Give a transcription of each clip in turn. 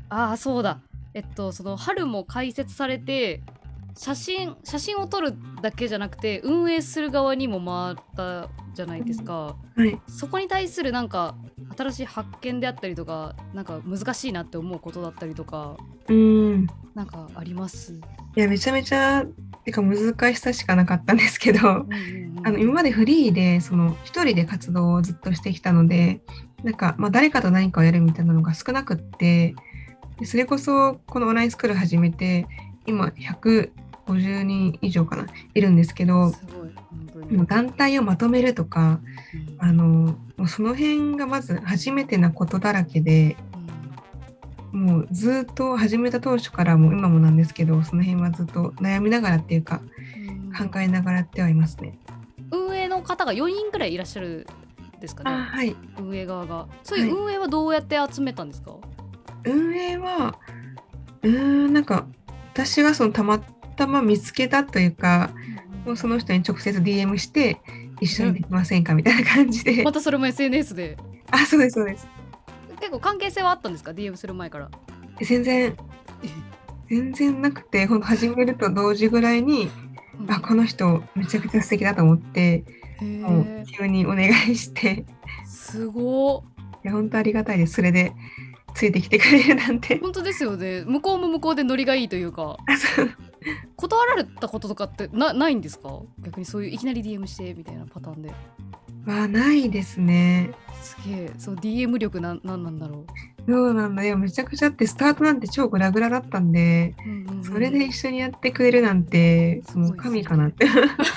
ああ、そうだ。その春も開設されて、写真を撮るだけじゃなくて運営する側にも回ったじゃないですか。 はい。 そこに対するなんか新しい発見であったりとか、なんか難しいなって思うことだったりとか、 うーん。 なんかあります？ いや、めちゃめちゃ、てか難しさしかなかったんですけど、 うんうん今までフリーで、一人で活動をずっとしてきたので、なんか、まあ、誰かと何かをやるみたいなのが少なくって、でそれこそ、このオンラインスクール始めて、今、150人以上かな、いるんですけど、 すごい本当に。 もう団体をまとめるとか、 うんもうその辺がまず初めてなことだらけで、もうずっと始めた当初からもう今もなんですけど、その辺はずっと悩みながらっていうか、 うん考えながらやってはいますね。 運営の方が4人くらいいらっしゃるんですかあ、 ね、 はい。 運営側が。そういはい。 う運営はどうやって集めたんですか？ 運営は、なんか、私がたまたま見つけたというか、もうその人に直接 DM して、一緒にできませんかみたいな感じで。 またそれも SNS で。 あ、そうです、そうです。 結構関係性はあったんですか？ DM する前から。 全然、全然なくて、ほんと始めると同時ぐらいに、あ、この人めちゃくちゃ素敵だと思って、 へもうえ、 急にお願いして、 すごー。 いや、本当ありがたいです。それでついてきてくれるなんて。 本当ですよね。向こうも向こうでノリがいいというか、 あ、そう。 断られたこととかってないんですか？逆にそういういきなり DM してみたいなパターンで。 はないですね。 すげえ、そう DM 力なんなんだろそうなんだ。いや、めちゃくちゃあって、スタートなんて超グラグラだったんで、 う。うんうんそれでうん。 一緒にやってくれるなんて、もうすごいすげえ。 神かなって。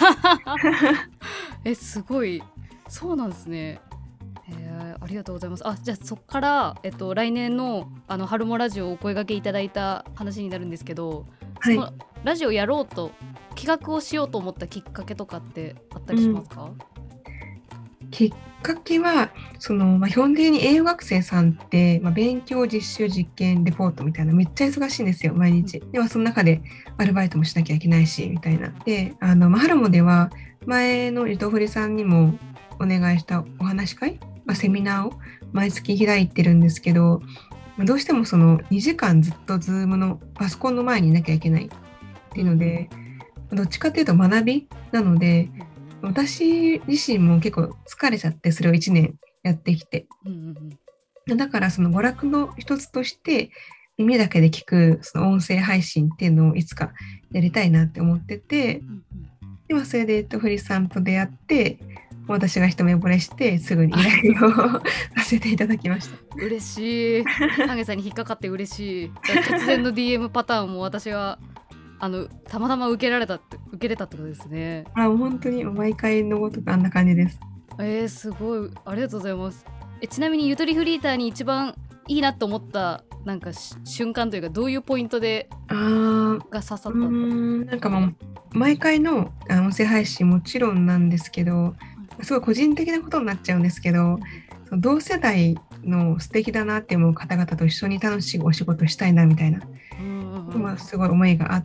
すごい。そうなんですね。ありがとうございます。あ、じゃあそっから、来年の春もラジオをお声掛けいただいた話になるんですけど、 はい。 そのラジオやろうと企画をしようと思ったきっかけとかってあったりしまうん。 すか？ きっかけは、まあ、基本的に英語学生さんって、まあ、勉強、実習、実験、レポートみたいな、めっちゃ忙しいんですよ、毎日。では、その中でアルバイトもしなきゃいけないし、みたいな。で、まあ、ハルモでは、前のゆとふりさんにもお願いしたお話し会、まあ、セミナーを毎月開いてるんですけど、まあどうしてもその2時間ずっとズームのパソコンの前にいなきゃいけないっていうので、どっちかっていうと学びなので、私自身も結構疲れちゃって、それを1年やってきて。だからその娯楽の一つとして、耳だけで聞くその音声配信っていうのをいつかやりたいなって思ってて、ではそれでフリさんと出会って、私が一目惚れしてすぐに依頼をさせていただきました。 嬉しい。ハゲさんに引っかかって嬉しい。突然の DM パターンも私はたまたま受けれたってことですね。 あ、もう本当に毎回のごとくあんな感じです。 すごいありがとうございます。ちなみにゆとりフリーターに一番いいなと思ったなんか瞬間というか、どういうポイントであーが刺さったんなんかもう毎回の音声配信もちろんなんですけど、すごい個人的なことになっちゃうんですけど、その同世代の素敵だなって思う方々と一緒に楽しいお仕事したいなみたいなのはすごい思いがあって、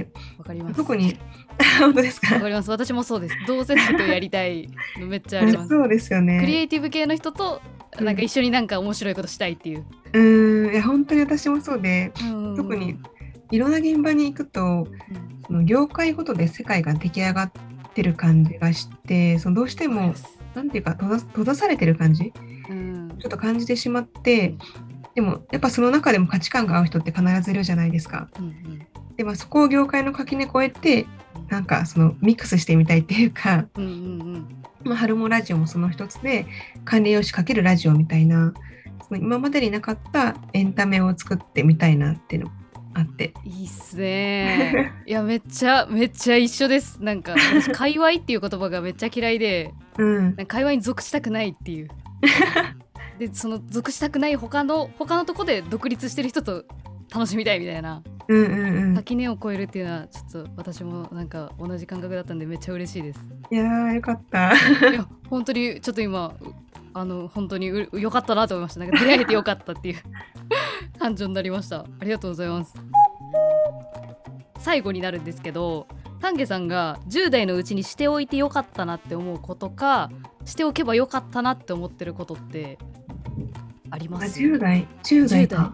わかります。 特に本当ですか？ わかります。私もそうです。同世代とやりたいのめっちゃあります。 そうですよクリエね。 イティブ系の人となんか一緒になんか面白いことしたいっていう。 いや本当に私もそうで、特にいろんな現場に行くと、その業界ごとで世界が出来上がってる感じがして、どうしてもなんていうか閉ざされてる感じ、ちょっと感じてしまって、でもやっぱその中でも価値観が合う人って必ずいるじゃないですか。で、まあ、そこを業界の垣根越えて、なんかそのミックスしてみたいっていうか、まあ、春もラジオもその一つで、管理用紙かけるラジオみたいな、その今までになかったエンタメを作ってみたいなっていうのあって。 いいっすね。いやめっちゃ一緒です。なんか私界隈っていう言葉がめっちゃ嫌いで、界隈に属したくないっていう。でその属したくない他のとこで独立してる人と楽しみたいみたいな、垣根を越えるっていうのはちょっと私もなんか同じ感覚だったんでめっちゃ嬉しいです。 いやーよかった。 いや本当にちょっと今本当に良かったなと思いました。なんか出会えて良かったっていう感情になりました。ありがとうございます。最後になるんですけど、丹下さんが10代のうちにしておいてよかったなって思うことか、しておけばよかったなって思ってることってあります？ 10代か。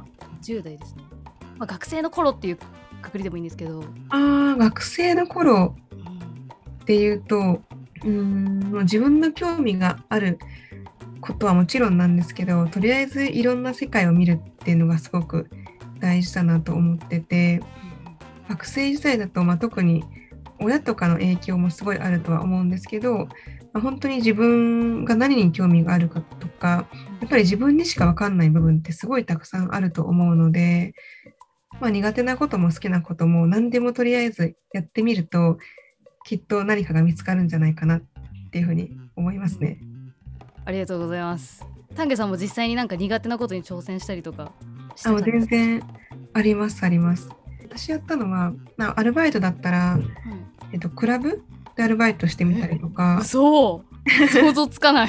10代ですね。学生の頃っていうくくりでもいいんですけど。 学生の頃っていうと、自分の興味があることはもちろんなんですけど、とりあえずいろんな世界を見るっていうのがすごく大事だなと思ってて、学生時代だと、特に親とかの影響もすごいあるとは思うんですけど、本当に自分が何に興味があるかとか、やっぱり自分にしか分かんない部分ってすごいたくさんあると思うので、苦手なことも好きなことも何でもとりあえずやってみると、きっと何かが見つかるんじゃないかなっていうふうに思いますね。 ありがとうございます。丹下さんも実際になんか苦手なことに挑戦したりとかしてたんですか？ 全然あります。私やったのは、アルバイトだったら、クラブでアルバイトしてみたりとか。 想像つかない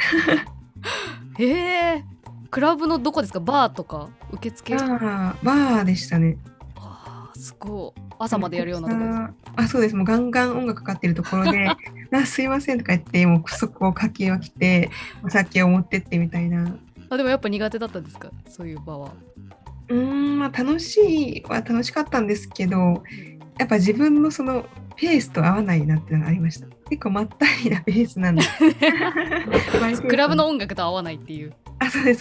クラブのどこですか？バーとか受付？ バーでしたね。 すごい。朝までやるようなところです。 そうです。もうガンガン音楽かかってるところですいませんとか言って、もうそこをかき分けてお酒を持ってってみたいな。 でもやっぱ苦手だったんですか？そういう場は。 楽しかったんですけど、やっぱ自分のそのペースと合わないなっていうのがありました。結構まったりなペースなんでクラブの音楽と合わないっていう。 そうです。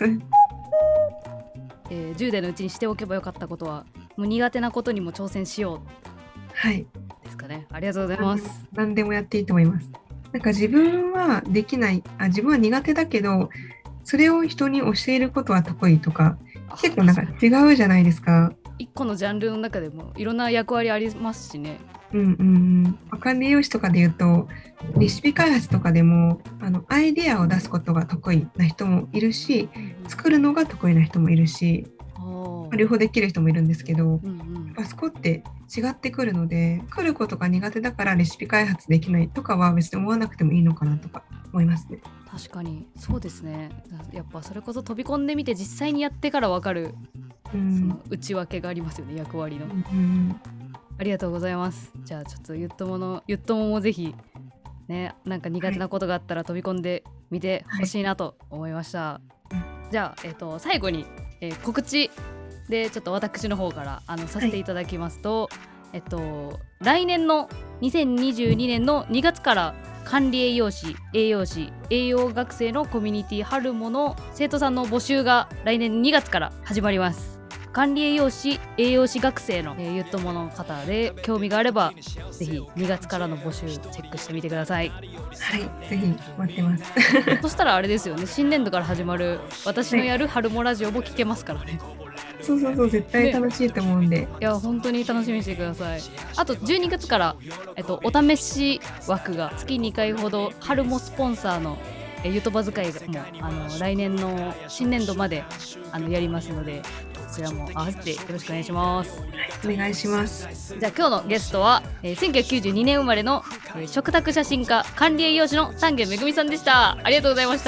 10代のうちにしておけばよかったことは、もう苦手なことにも挑戦しよう。ですかね。ありがとうございます。 何でもやっていいと思います。なんか自分はできない、自分は苦手だけど、それを人に教えることは得意とか、結構なんか違うじゃないですか。 一個のジャンルの中でもいろんな役割ありますしね。 管理栄養士とかで言うと、レシピ開発とかでもアイデアを出すことが得意な人もいるし、作るのが得意な人もいるし、両方できる人もいるんですけど、そこって違ってくるので、作ることが苦手だからレシピ開発できないとかは別に思わなくてもいいのかなとか思いますね。 確かにそうですね。やっぱそれこそ飛び込んでみて実際にやってから分かる、その内訳がありますよね、役割の。ありがとうございます。じゃあちょっとゆっとももぜひね、なんか苦手なことがあったら飛び込んでみてほしいなと思いました。じゃあ、最後に、告知でちょっと私の方からさせていただきますと、来年の2022年の2月から管理栄養士、栄養士、栄養学生のコミュニティ春もの生徒さんの募集が来年2月から始まります。管理栄養士、栄養士学生の、ゆっともの方で興味があればぜひ2月からの募集チェックしてみてください。 ぜひ待ってますそしたらあれですよね、新年度から始まる私のやる春もラジオも聞けますからね。 そう絶対楽しいと思うんで、 いや本当に楽しみにしてください。あと12月から、お試し枠が月2回ほど春もスポンサーのゆとば使いも来年の新年度までやりますので、そちらも合わせてよろしくお願いします。 お願いします。 じゃあ今日のゲストは、1992年生まれの、食卓写真家管理栄養士の丹下めぐみさんでした。ありがとうございました。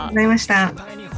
ありがとうございました。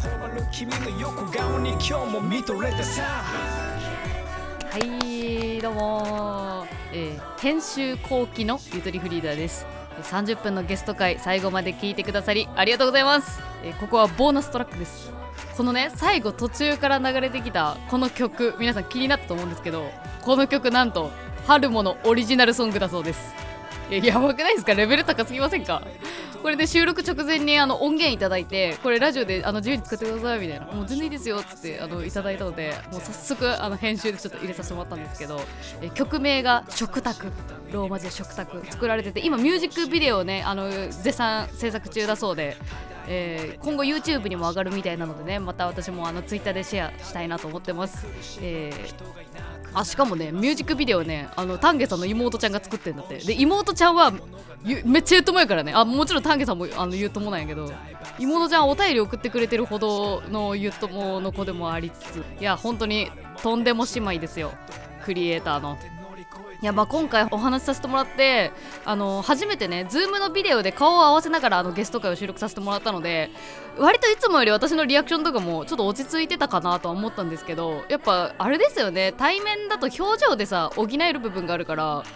はいどうも、編集後期のゆとりフリーダーです。30分のゲスト会最後まで聞いてくださりありがとうございます。ここはボーナストラックです。このね最後途中から流れてきたこの曲、皆さん気になったと思うんですけど、この曲なんと春ものオリジナルソングだそうです。やばくないですか？レベル高すぎませんか？これで収録直前に音源いただいて、これラジオで自由に使ってくださいみたいな、もう全然いいですよっつっていただいたので、もう早速編集でちょっと入れさせてもらったんですけど、曲名が食卓、ローマ字で食卓作られてて、今ミュージックビデオをね絶賛制作中だそうで、今後 YouTube にも上がるみたいなのでね、また私もTwitter でシェアしたいなと思ってます。しかもねミュージックビデオね丹下さんの妹ちゃんが作ってるんだって。で妹ちゃんはめっちゃゆっともやからね、もちろん丹下さんもゆっともなんやけど、妹ちゃんお便り送ってくれてるほどのゆっともの子でもありつつ、いや本当にとんでも姉妹ですよ、クリエイターの。いや今回お話しさせてもらって初めてね Zoom のビデオで顔を合わせながらゲスト会を収録させてもらったので、割といつもより私のリアクションとかもちょっと落ち着いてたかなとは思ったんですけど、やっぱあれですよね、対面だと表情でさ補える部分があるから、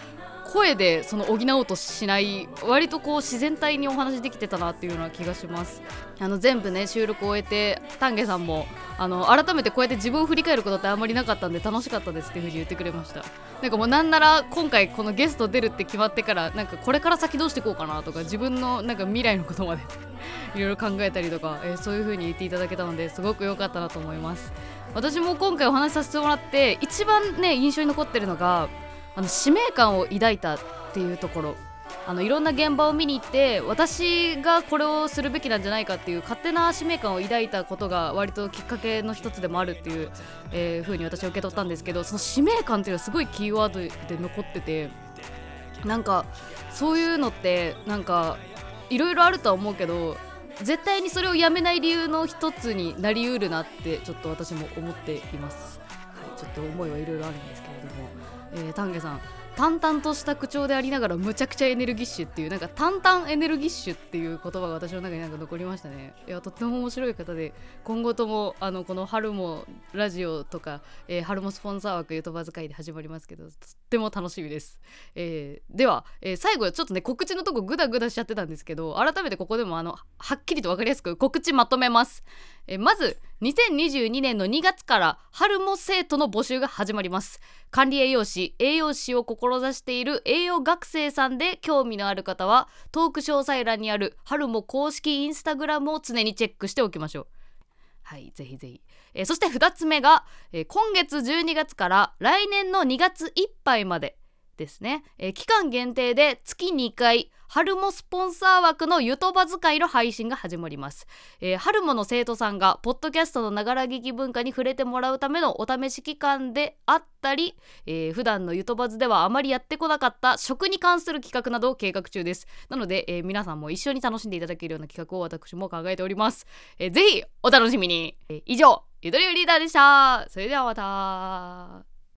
声でその補おうとしない、割とこう自然体にお話できてたなっていうような気がします。全部ね収録を終えて丹下さんも改めてこうやって自分を振り返ることってあんまりなかったんで楽しかったですっていう風に言ってくれました。なんかもうなんなら今回このゲスト出るって決まってからなんかこれから先どうしていこうかなとか、自分のなんか未来のことまでいろいろ考えたりとか、そういう風に言っていただけたのですごく良かったなと思います。私も今回お話しさせてもらって一番ね印象に残ってるのが使命感を抱いたっていうところ、いろんな現場を見に行って私がこれをするべきなんじゃないかっていう勝手な使命感を抱いたことが割ときっかけの一つでもあるっていう、風に私は受け取ったんですけど、その使命感っていうのはすごいキーワードで残ってて、なんかそういうのってなんかいろいろあるとは思うけど絶対にそれをやめない理由の一つになりうるなってちょっと私も思っています。はい、ちょっと思いはいろいろあるんですけれども、丹下さん淡々とした口調でありながらむちゃくちゃエネルギッシュっていう、なんか淡々エネルギッシュっていう言葉が私の中になんか残りましたね。いやとっても面白い方で、今後ともこの春もラジオとか、春もスポンサー枠ゆとば使いで始まりますけどとっても楽しみです。では、最後ちょっとね告知のとこグダグダしちゃってたんですけど、改めてここでもはっきりと分かりやすく告知まとめます。まず2022年の2月から春も生徒の募集が始まります。管理栄養士を志している栄養学生さんで興味のある方はトーク詳細欄にある春も公式インスタグラムを常にチェックしておきましょう。はい、ぜひぜひ。そして2つ目が、今月12月から来年の2月いっぱいまでですね、期間限定で月2回春もスポンサー枠のゆとば使いの配信が始まります。春もの生徒さんがポッドキャストのながら聞き文化に触れてもらうためのお試し期間であったり、普段のゆとばずではあまりやってこなかった食に関する企画などを計画中です。なので、皆さんも一緒に楽しんでいただけるような企画を私も考えております。ぜひお楽しみに。以上ゆとりゅうリーダーでした。それではまた。